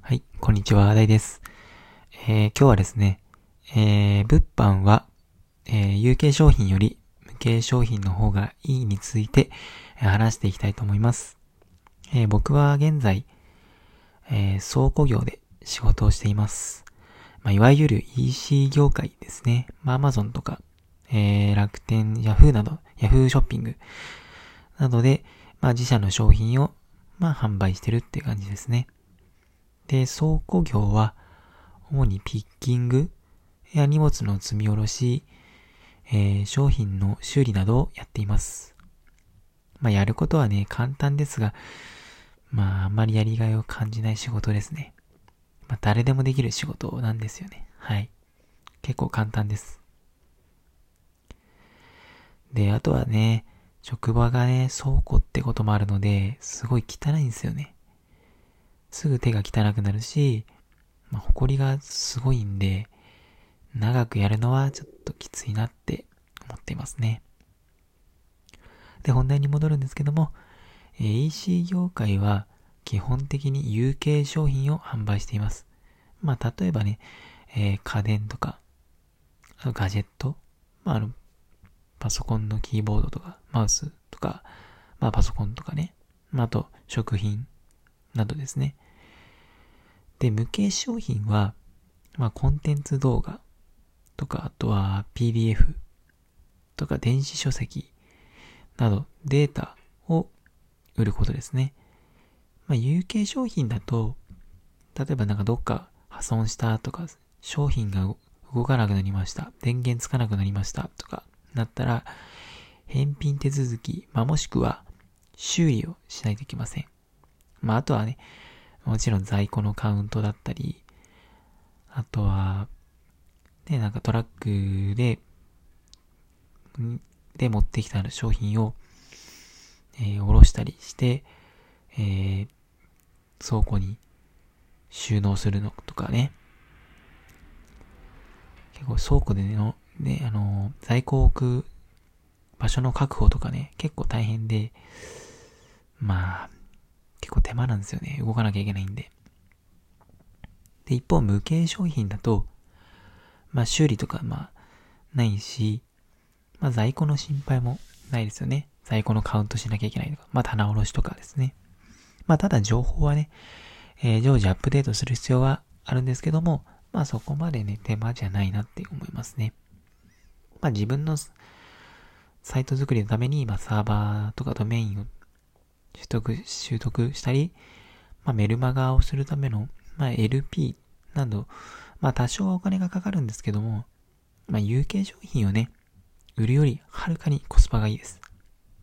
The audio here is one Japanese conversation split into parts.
はい、こんにちは、大です。今日はですね、物販は、有形商品より無形商品の方がいいについて、話していきたいと思います。僕は現在、倉庫業で仕事をしています。いわゆる EC 業界ですね。Amazon とか、楽天、Yahoo など、Yahoo ショッピングなどで、自社の商品を、販売してるって感じですね。で、倉庫業は、主にピッキングや荷物の積み下ろし、商品の修理などをやっています。やることはね、簡単ですが、あんまりやりがいを感じない仕事ですね。誰でもできる仕事なんですよね。はい。結構簡単です。で、あとはね、職場がね、倉庫ってこともあるので、すごい汚いんですよね。すぐ手が汚くなるし、埃がすごいんで、長くやるのはちょっときついなって思っていますね。で、本題に戻るんですけども、EC 業界は基本的に有形商品を販売しています。例えばね、家電とか、ガジェット、パソコンのキーボードとか、マウスとか、パソコンとかね、あと食品などですね。で、無形商品は、コンテンツ動画とか、あとは PDF とか電子書籍などデータを売ることですね。有形商品だと、例えばどっか破損したとか、商品が動かなくなりました、電源つかなくなりましたとかなったら、返品手続き、もしくは修理をしないといけません。あとはね、もちろん在庫のカウントだったり、あとは、ね、トラックで持ってきた商品を、下ろしたりして、倉庫に収納するのとかね。結構倉庫で在庫を置く場所の確保とかね、結構大変で、結構手間なんですよね。動かなきゃいけないんで。で、一方、無形商品だと、修理とか、ないし、在庫の心配もないですよね。在庫のカウントしなきゃいけないとか、棚卸しとかですね。ただ情報はね、常時アップデートする必要はあるんですけども、そこまでね、手間じゃないなって思いますね。自分のサイト作りのために、サーバーとかドメインを習得したり、メルマガをするための、LP など、多少はお金がかかるんですけども、有形商品をね、売るよりはるかにコスパがいいです。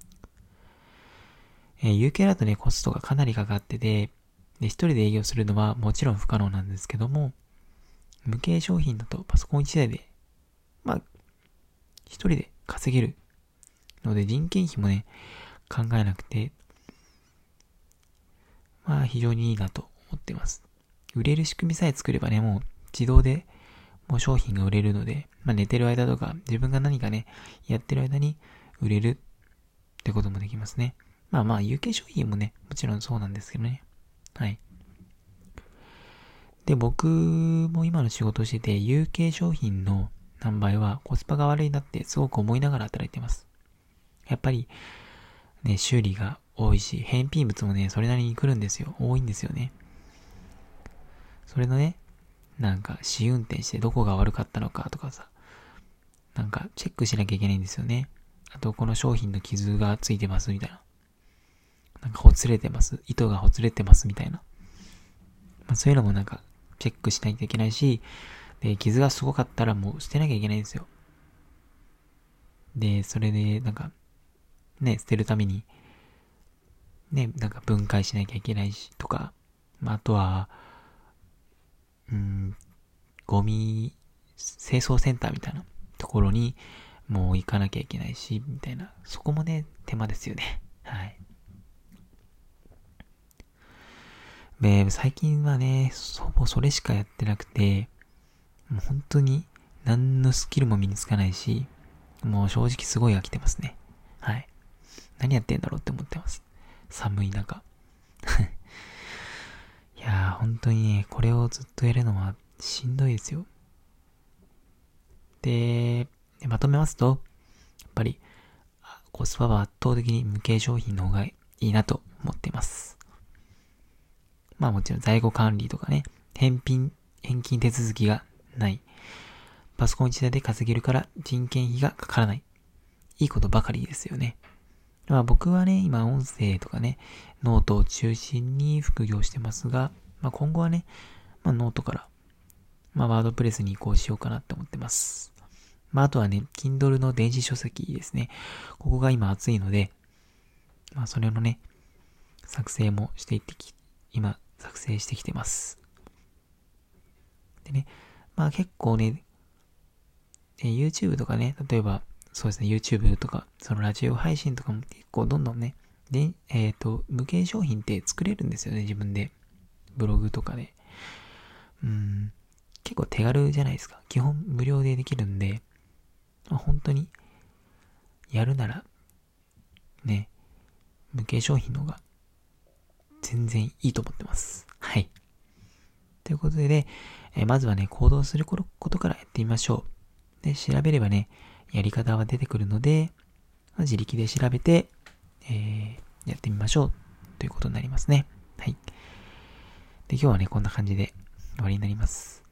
有形だとね、コストがかなりかかってて、一人で営業するのはもちろん不可能なんですけども、無形商品だとパソコン1台で、一人で稼げるので人件費もね、考えなくて、非常にいいなと思っています。売れる仕組みさえ作ればね、もう自動でもう商品が売れるので、寝てる間とか自分が何かね、やってる間に売れるってこともできますね。有形商品もね、もちろんそうなんですけどね。はい。で、僕も今の仕事をしてて、有形商品の販売はコスパが悪いなってすごく思いながら働いてます。やっぱり、ね、修理が多いし、返品物もね、それなりに来るんですよ。多いんですよね。それのね、試運転してどこが悪かったのかとかさ、チェックしなきゃいけないんですよね。あと、この商品の傷がついてますみたいな。ほつれてます。糸がほつれてますみたいな。そういうのもチェックしないといけないし、で、傷がすごかったらもう捨てなきゃいけないんですよ。で、それで、捨てるために、ね、分解しなきゃいけないし、とか、あとは、ゴミ清掃センターみたいなところにもう行かなきゃいけないし、みたいな。そこもね、手間ですよね。はい。で、最近はね、ほぼそれしかやってなくて、もう本当に何のスキルも身につかないし、もう正直すごい飽きてますね。はい。何やってんだろうって思ってます。寒い中。いやー、 本当にね、これをずっとやるのはしんどいですよ。で、まとめますと、やっぱり、コスパは圧倒的に無形商品の方がいいなと思っています。まあもちろん在庫管理とかね、返金手続きがない。パソコン1台で稼げるから人件費がかからない。いいことばかりですよね。まあ僕はね、今音声とかね、ノートを中心に副業してますが、まあ今後はね、まあノートから、まあワードプレスに移行しようかなって思ってます。まああとはね、Kindle の電子書籍ですね。ここが今熱いので、まあそれのね、作成もしていって今作成してきてます。でね、まあ結構ね、YouTube とかね、例えば、そうですね、YouTube とか、そのラジオ配信とかも結構どんどんね、で、無形商品って作れるんですよね、自分で。ブログとかで。結構手軽じゃないですか。基本無料でできるんで、まあ、本当に、やるなら、ね、無形商品の方が、全然いいと思ってます。はい。ということでね、まずはね、行動することからやってみましょう。で、調べればね、やり方は出てくるので、自力で調べて、やってみましょうということになりますね。はい。で、今日はね、こんな感じで終わりになります。